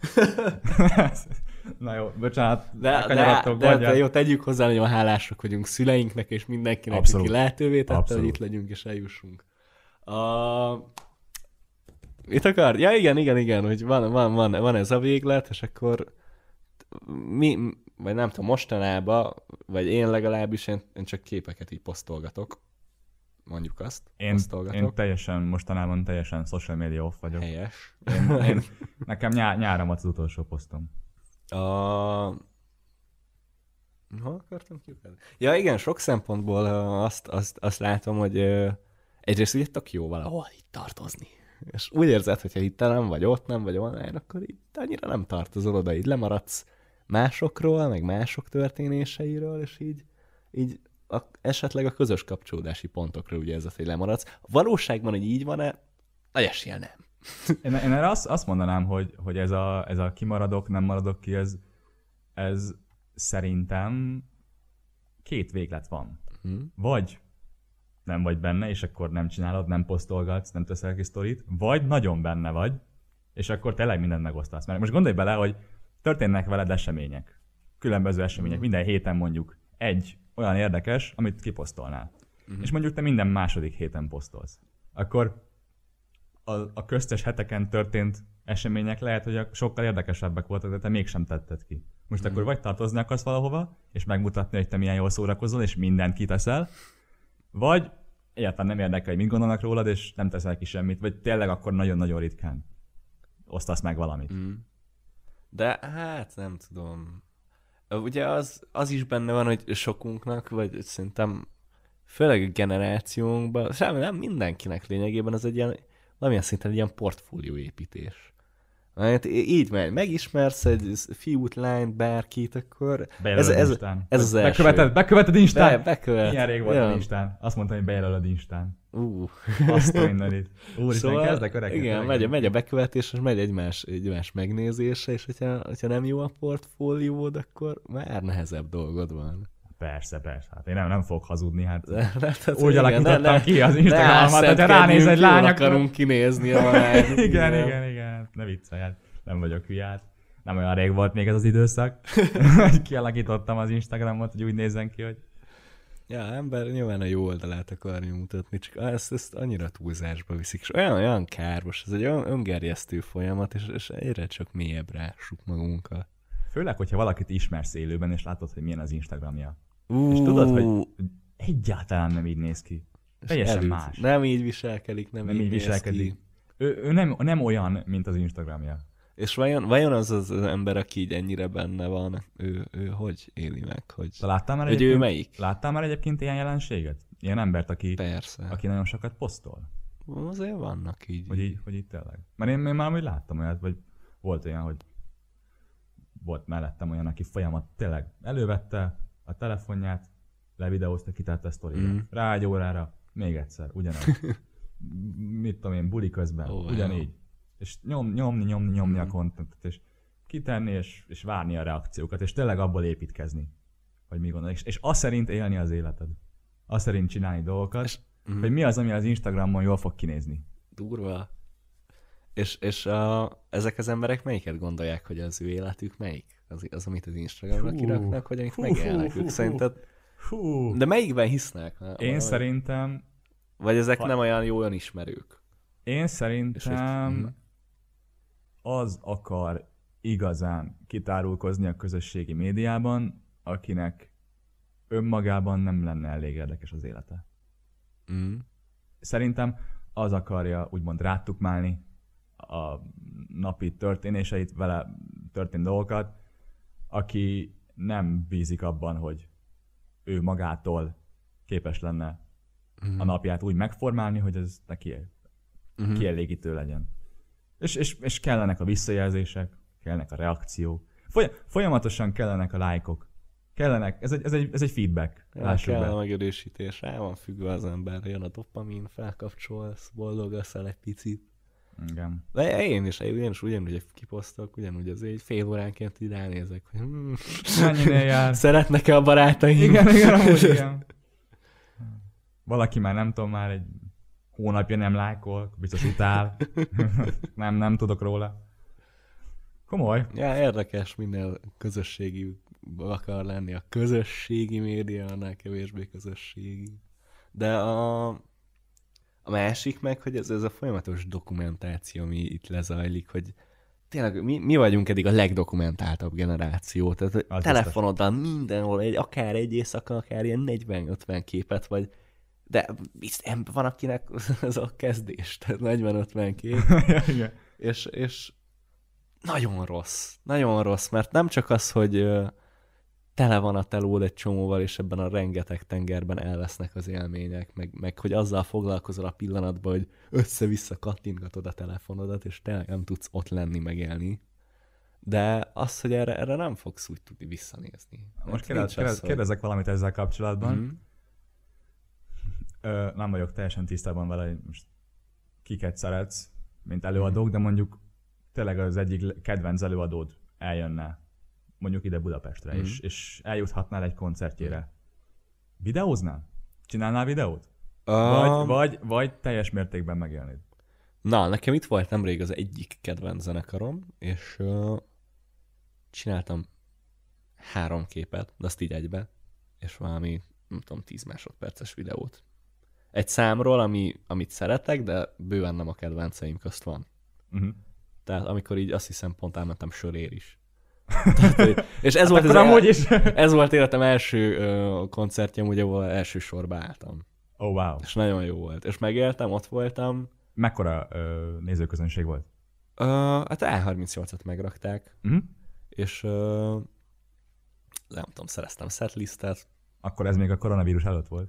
Na jó, bocsánat. De jó, tegyük hozzá, nagyon hálások vagyunk szüleinknek, és mindenkinek, aki lehetővé tette, hogy itt legyünk és eljussunk. Mit akar? Ja, igen, hogy van ez a véglet, és akkor vagy nem tudom, mostanában, vagy én legalábbis, én csak képeket így posztolgatok. Mondjuk azt. Én mostanában teljesen social media off vagyok. Helyes. Nekem nyáron volt az utolsó posztom. Hol akartam kiugrani? Ja igen, sok szempontból azt látom, hogy egyrészt ugye tök jó valahol itt tartozni. És úgy érzed, hogyha itt nem vagy ott, nem vagy online, akkor itt annyira nem tartozol oda, így lemaradsz másokról, meg mások történéseiről, és így esetleg a közös kapcsolódási pontokról ugye ez az, hogy lemaradsz. A valóságban, hogy így van-e, nagy eséllyel nem. Én erre azt mondanám, hogy ez a kimaradok, nem maradok ki, ez szerintem két véglet van. Vagy nem vagy benne, és akkor nem csinálod, nem posztolgatsz, nem teszel ki sztorit, vagy nagyon benne vagy, és akkor tényleg mindent megosztasz. Mert most gondolj bele, hogy történnek veled események, különböző események, minden héten mondjuk egy olyan érdekes, amit kiposztolnál. És mondjuk te minden második héten posztolsz. Akkor a köztes heteken történt események lehet, hogy sokkal érdekesebbek voltak, de te mégsem tetted ki. Most akkor vagy tartozni akarsz valahova, és megmutatni, hogy te milyen jól szórakozol, és mindent kiteszel, vagy egyáltalán nem érdekel, hogy mit gondolnak rólad, és nem teszel ki semmit, vagy tényleg akkor nagyon-nagyon ritkán osztasz meg valamit. De hát nem tudom. Ugye az is benne van, hogy sokunknak, vagy szerintem főleg a generációnkban, nem mindenkinek lényegében az egy ilyen, valamilyen szinten egy ilyen portfólióépítés. Hát így megismersz egy fiút, lányt, bárkit, akkor ez az első. Beköveted Instán? Milyen rég volt Instán. Azt mondtam, hogy bejelölöd Instán. Azt a mindenit. Úristen, kezdek öregedni. Igen, megy a bekövetés, és megy egymás megnézése, és hogyha nem jó a portfóliód, akkor már nehezebb dolgod van. Persze. Hát én nem fogok hazudni, hát úgy alakítottam ki az Instagramomat, hogyha ránéz egy lány, akarunk kinézni a lány. Igen, ne viccelj, hát nem vagyok hülyát. Nem olyan rég volt még ez az időszak, hogy kialakítottam az Instagramot, hogy úgy nézzen ki, hogy... Ja, ember nyilván a jó oldalát akarja mutatni, csak ezt annyira túlzásba viszik, és olyan káros, ez egy öngerjesztő folyamat, és egyre csak mélyebbre ássuk magunkat. Főleg, hogyha valakit ismersz élőben, és látod, hogy milyen az Instagramja. És tudod, hogy egyáltalán nem így néz ki. Teljesen más. Nem így viselkedik, nem így viselkedik. Ő nem olyan, mint az Instagramja. És vajon az ember, aki így ennyire benne van, ő hogy éli meg? Hogy ő melyik? Láttál már egyébként ilyen jelenséget? Ilyen embert, aki nagyon sokat posztol? Azért vannak így. Hogy így tényleg. Mert én már amúgy láttam olyat, vagy volt olyan, hogy volt mellettem olyan, aki folyamat tényleg elővette a telefonját, levideózta, kitette a sztorira. Rá egy órára, még egyszer, ugyanaz. Mit tudom én, buli közben, ugyanígy. És nyomni a kontentet, és kitenni, és várni a reakciókat, és tényleg abból építkezni, hogy mi gondolod. És azt szerint élni az életed. Azt szerint csinálni dolgokat, hogy mi az, ami az Instagramon jól fog kinézni. Durva. És ezek az emberek melyiket gondolják, hogy az ő életük melyik? Az amit az Instagramra kiraknak, vagy amit megélnek ők szerinted? De melyikben hisznek? Én szerintem... Vagy ezek nem olyan jó önismerők? Én szerintem az akar igazán kitárulkozni a közösségi médiában, akinek önmagában nem lenne elég érdekes az élete. Szerintem az akarja úgymond rátukmálni a napi történéseit, vele történt dolgokat, aki nem bízik abban, hogy ő magától képes lenne a napját úgy megformálni, hogy ez neki kielégítő legyen. És kellenek a visszajelzések, kellenek a reakciók, folyamatosan kellenek a lájkok. Kellenek, ez egy feedback. Kell a megerősítés, rá van függve az ember, jön a dopamin, felkapcsolsz, boldog leszel egy picit. Igen. De én is ugyanúgy, hogy kiposztolok, ugyanúgy azért egy fél óránként így ránézek, hogy mennyinél jár. Szeretnek-e a barátaim? Igen, amúgy igen. Valaki már nem tudom, már egy hónapja nem lájkol, biztos utál. nem tudok róla. Komoly. Ja, érdekes, minden közösségi akar lenni. A közösségi média, annál kevésbé közösségi. De a másik meg, hogy ez a folyamatos dokumentáció, ami itt lezajlik, hogy tényleg mi vagyunk eddig a legdokumentáltabb generáció. Tehát a telefonoddal mindenhol, akár egy éjszaka, akár ilyen 40-50 képet, vagy de van akinek ez a kezdés, tehát 40-50 kép. És Nagyon rossz, mert nem csak az, hogy tele van a telód egy csomóval, és ebben a rengeteg tengerben elvesznek az élmények, meg hogy azzal foglalkozol a pillanatban, hogy össze-vissza kattintgatod a telefonodat, és tényleg nem tudsz ott lenni, megélni. De az, hogy erre nem fogsz úgy tudni visszanézni. Most kérdezek valamit ezzel kapcsolatban. Nem vagyok teljesen tisztában vele, hogy most kiket szeretsz, mint előadók, de mondjuk tényleg az egyik kedvenc előadód eljönne mondjuk ide Budapestre, és eljuthatnál egy koncertjére. Videóznál? Csinálnál videót? Vagy teljes mértékben megélnéd? Na, nekem itt volt nemrég az egyik kedvenc zenekarom, és csináltam 3 képet, de azt így egybe, és valami, nem tudom, 10 másodperces videót. Egy számról, amit szeretek, de bőven nem a kedvenceim közt van. Tehát amikor így azt hiszem pont elmentem Sörér is. Tehát, és ez, hát ez volt életem első koncertjem, ugye, ahol első sorba álltam. Oh, wow. És nagyon jó volt. És megéltem, ott voltam. Mekkora nézőközönség volt? Hát E38-at megrakták, és nem tudom, szereztem setlistet. Akkor ez még a koronavírus előtt volt?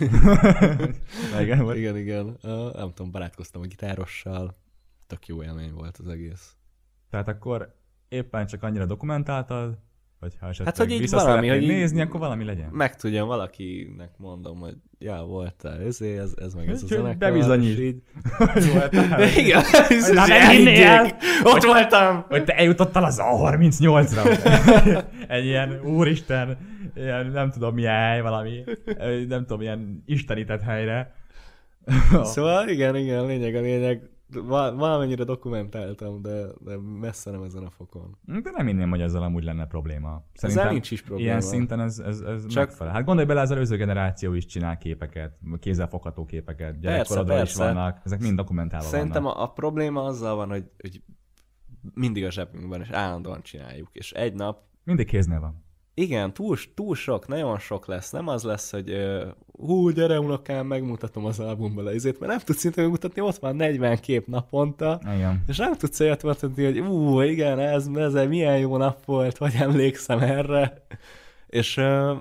Igen. Nem tudom, barátkoztam a gitárossal. Tök jó élmény volt az egész. Tehát akkor éppen csak annyira dokumentáltad, hogy ha esetleg hát, hogy vissza szeretnél nézni, akkor valami legyen. Megtudjam, valakinek mondom, hogy voltál ez meg ez a zenekar. Bebizonyítsd. Így... Igen, ott voltam. Hogy te eljutottál az A38-ra. Egy ilyen úristen, ilyen nem tudom milyen hely, valami, nem tudom, ilyen istenített helyre. Szóval igen, lényeg a lényeg. Valamennyire dokumentáltam, de messze nem ezen a fokon. De nem inném, hogy ezzel amúgy lenne probléma. Ezzel nincs is probléma. Ilyen szinten ez megfelel. Hát gondolj bele, az előző generáció is csinál képeket, kézzelfogható képeket, gyerekkorodban is vannak, ezek mind dokumentálva Szerintem vannak. A probléma azzal van, hogy mindig a zsebünkben, és állandóan csináljuk. És egy nap... Mindig kéznél van. Igen, túl sok, nagyon sok lesz. Nem az lesz, hogy gyere unokám, megmutatom az albumból a izét, mert nem tudsz szinte megmutatni, ott van 40 kép naponta, igen. És nem tudsz olyat mutatni, hogy igen, ez milyen jó nap volt, vagy emlékszem erre. És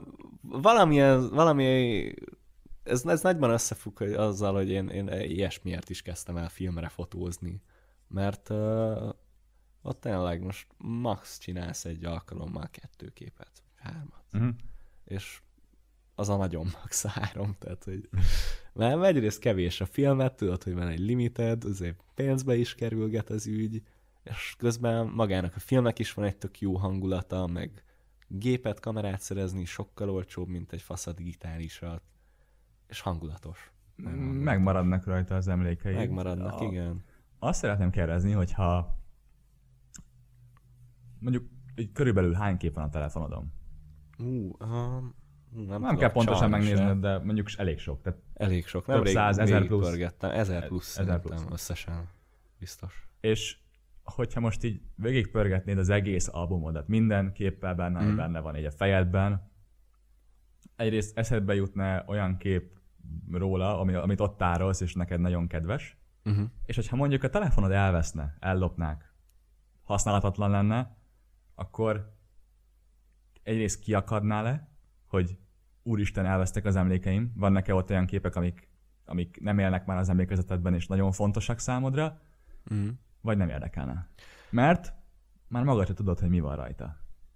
valami ez nagyban összefügg azzal, hogy én ilyesmiért is kezdtem el filmre fotózni. Mert ott tényleg most max csinálsz egy alkalommal 2 képet, 3. És az a nagyon max 3, tehát hogy mert egyrészt kevés a filmet, tudod, hogy van egy limited, azért pénzbe is kerülget az ügy, és közben magának a filmnek is van egy tök jó hangulata, meg gépet, kamerát szerezni sokkal olcsóbb, mint egy fasz a digitálisat, és hangulatos. Megmaradnak rajta az emlékei. Megmaradnak, igen. Azt szeretném kérdezni, hogyha mondjuk körülbelül hány kép van a telefonodon? Nem kell pontosan megnézned, de mondjuk elég sok. Tehát elég sok. Több 100, 1000 plusz. 1000 plusz szerintem összesen. Biztos. És hogyha most így végigpörgetnéd az egész albumodat, minden képpel benne van így a fejedben, egyrészt eszedbe jutna olyan kép róla, amit ott tárolsz, és neked nagyon kedves, és hogyha mondjuk a telefonod elveszne, ellopnák, használhatatlan lenne, akkor egyrészt kiakadnál le, hogy úristen, elvesztek az emlékeim, vannak-e ott olyan képek, amik nem élnek már az emlékezetedben, és nagyon fontosak számodra, vagy nem érdekelne. Mert már magad se tudod, hogy mi van rajta.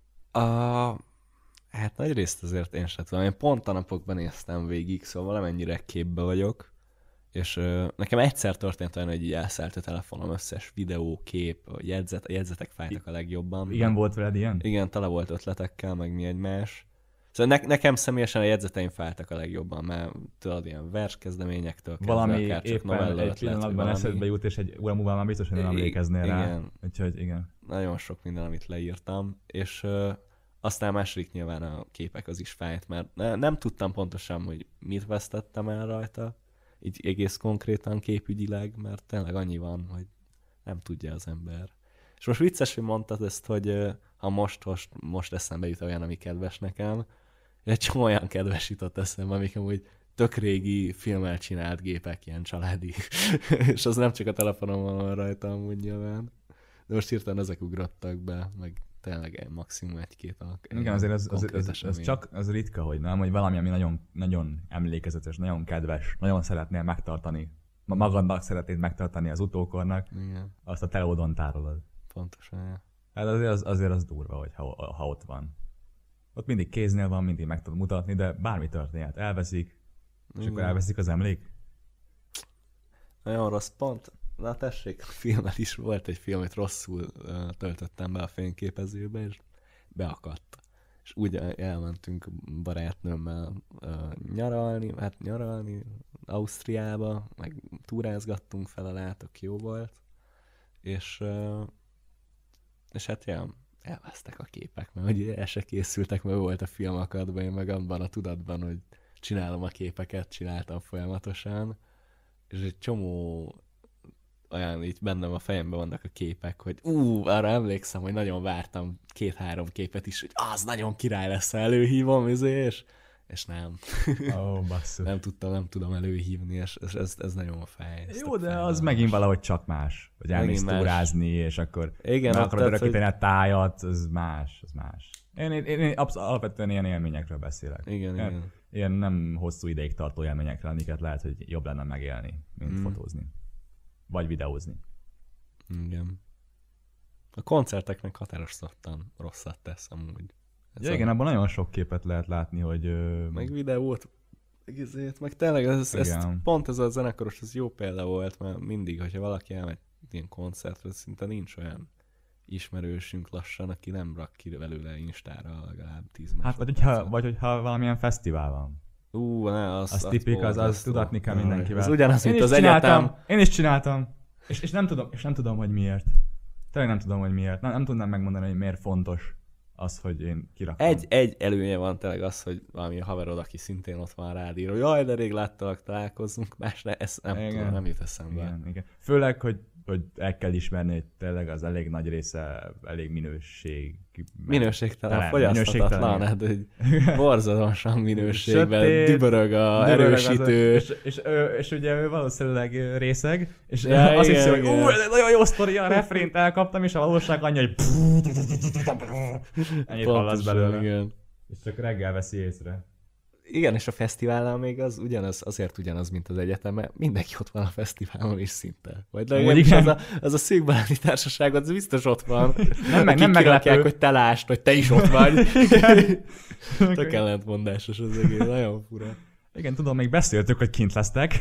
Hát nagyrészt azért én sem tudom. Én pont a napokban néztem végig, szóval valamennyire képbe vagyok, és nekem egyszer történt olyan, hogy így elszállt a telefonom összes videó, kép, a jegyzetek fájtak a legjobban. Igen, volt veled ilyen? Igen, tele volt ötletekkel, meg mi egymás. Szóval nekem személyesen a jegyzeteim fájtak a legjobban, mert tudod, ilyen verskezdeményektől valami éppen egy pillanatban eszedbe jut, és egy óra múlva már biztos, hogy nem emlékeznél rá. Úgyhogy igen. Nagyon sok minden, amit leírtam, és aztán második nyilván a képek az is fájt, mert nem tudtam pontosan, hogy mit vesztettem el rajta, így egész konkrétan képügyileg, mert tényleg annyi van, hogy nem tudja az ember. És most vicces, hogy mondtad ezt, hogy ha most eszembe jut olyan, ami kedves nekem, egy csomó olyan kedves jutott eszembe, amik amúgy tök régi filmmel csinált gépek, ilyen családi, és az nem csak a telefonomon van rajta amúgy nyilván. De most hirtelen ezek ugrottak be, meg tényleg maximum egy-két alak. Igen, azért ez csak az ritka, hogy nem, hogy valami, ami nagyon, nagyon emlékezetes, nagyon kedves, nagyon szeretnél megtartani, magadnak szeretnéd megtartani az utókornak, igen. Azt a teleódon tárolod. Pontosan, ja. Hát azért az durva, hogy ha ott van. Ott mindig kéznél van, mindig meg tudod mutatni, de bármi történhet, elveszik, és akkor elveszik az emlék. Nagyon rossz pont. Na tessék, a filmmel is volt egy film, amit rosszul töltöttem be a fényképezőbe, és beakadt. És úgy elmentünk barátnőmmel nyaralni Ausztriába, meg túrázgattunk fel a látok, jó volt. És hát elvesztek a képek, mert ugye el se készültek, mert volt a film akadban, én meg abban a tudatban, hogy csinálom a képeket, csináltam folyamatosan, és egy csomó olyan így bennem a fejemben vannak a képek, hogy arra emlékszem, hogy nagyon vártam 2-3 képet is, hogy az nagyon király lesz, előhívom, és nem. Basszus. nem tudom előhívni, és ez nagyon fáj. Jó, de az megint valahogy csak más. Hogy elmész túrázni, és akkor meg akarod örökíteni a tájat, az más. Én alapvetően ilyen élményekről beszélek. Igen. Ilyen nem hosszú ideig tartó élményekről, amiket lehet, hogy jobb lenne megélni, mint fotózni. Vagy videózni. Igen. A koncerteknek határozottan rosszat tesz amúgy. Igen, abban nagyon sok képet lehet látni, hogy... Meg videót, meg tényleg pont ez a zenekaros, ez jó példa volt, mert mindig, hogyha valaki elmegy ilyen koncertre, szinte nincs olyan ismerősünk lassan, aki nem rak ki belőle Instára legalább 10 másodpercet. Hát, vagy hogyha valamilyen fesztivál van. Az tipik, az tudatni kell mindenkivel. Ez ugyanaz, mint az egyetem. Én is csináltam, és nem tudom, hogy miért. Tényleg nem tudom, hogy miért. Nem tudnám megmondani, hogy miért fontos az, hogy én kirakom. Egy előnye van tényleg az, hogy valami haverod, aki szintén ott van rád ír, hogy jaj, de rég láttalak, találkozzunk, más ezt nem tudom, nem jut eszembe. Igen. Főleg, hogy el kell ismerni, hogy tényleg az elég nagy része elég minőségtelen, fogyaszthatatlan, hát egy borzalmasan minőségben dübörög a erősítő. És ugye ő valószínűleg részeg, és azt hiszi, hogy ez egy nagyon jó sztori, a refrént elkaptam, és a valóság annyi, hogy ennyit hallasz belőle. Igen. És csak reggel veszi észre. Igen, és a fesztivállal még azért ugyanaz, mint az egyetem, mindenki ott van a fesztiválon is szinte. Vagy legalábbis az a székbaráti társaság, az biztos ott van. Nem meglepő, hogy te lásd, hogy te is ott vagy. Tök ellentmondásos az egész, nagyon fura. Igen, tudom, még beszéltük, hogy kint lesztek.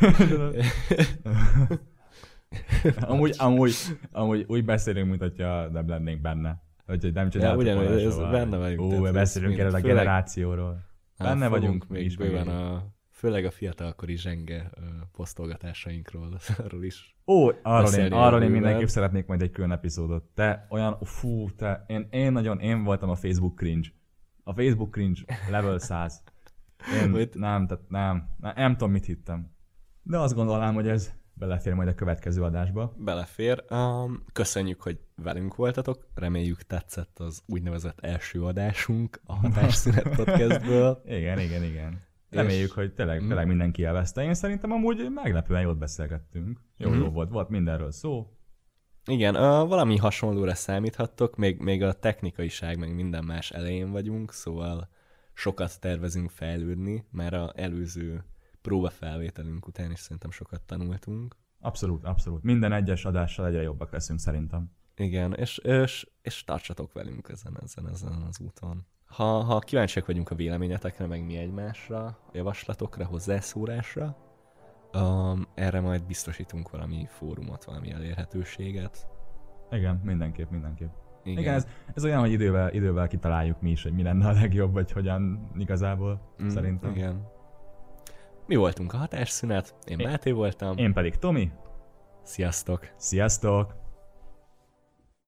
amúgy úgy beszélünk, mint hogyha nem lennénk benne. Hogy nem csináltuk benne vagyunk. Beszélünk erről a generációról. Benne vagyunk még is bőven főleg a fiatalkori zsenge posztolgatásainkról, arról is. Arról én mindenképp szeretnék majd egy külön epizódot. Én voltam a Facebook cringe. A Facebook cringe level 100. Nem tudom, mit hittem. De azt gondolnám, hogy ez belefér majd a következő adásba. Belefér. Köszönjük, hogy velünk voltatok. Reméljük tetszett az úgynevezett első adásunk a Hatásszünet podcastből. Igen. Reméljük, hogy tényleg mindenki élvezte. Én szerintem amúgy meglepően jót beszélgettünk. Jó volt mindenről szó. Igen, valami hasonlóra számíthattok, még a technikaiság, meg minden más elején vagyunk, szóval sokat tervezünk fejlődni, mert az előző próbafelvételünk után is szerintem sokat tanultunk. Abszolút. Minden egyes adással egyre jobbak leszünk szerintem. Igen, és tartsatok velünk ezen az úton. Ha kíváncsiak vagyunk a véleményetekre, meg mi egymásra, javaslatokra, hozzászólásra, erre majd biztosítunk valami fórumot, valami elérhetőséget. Igen, mindenképp. Igen, ez olyan, hogy idővel kitaláljuk mi is, hogy mi lenne a legjobb, vagy hogyan igazából, szerintem. Igen. Mi voltunk a Hatásszünet, én Máté voltam. Én pedig Tomi. Sziasztok! Sziasztok!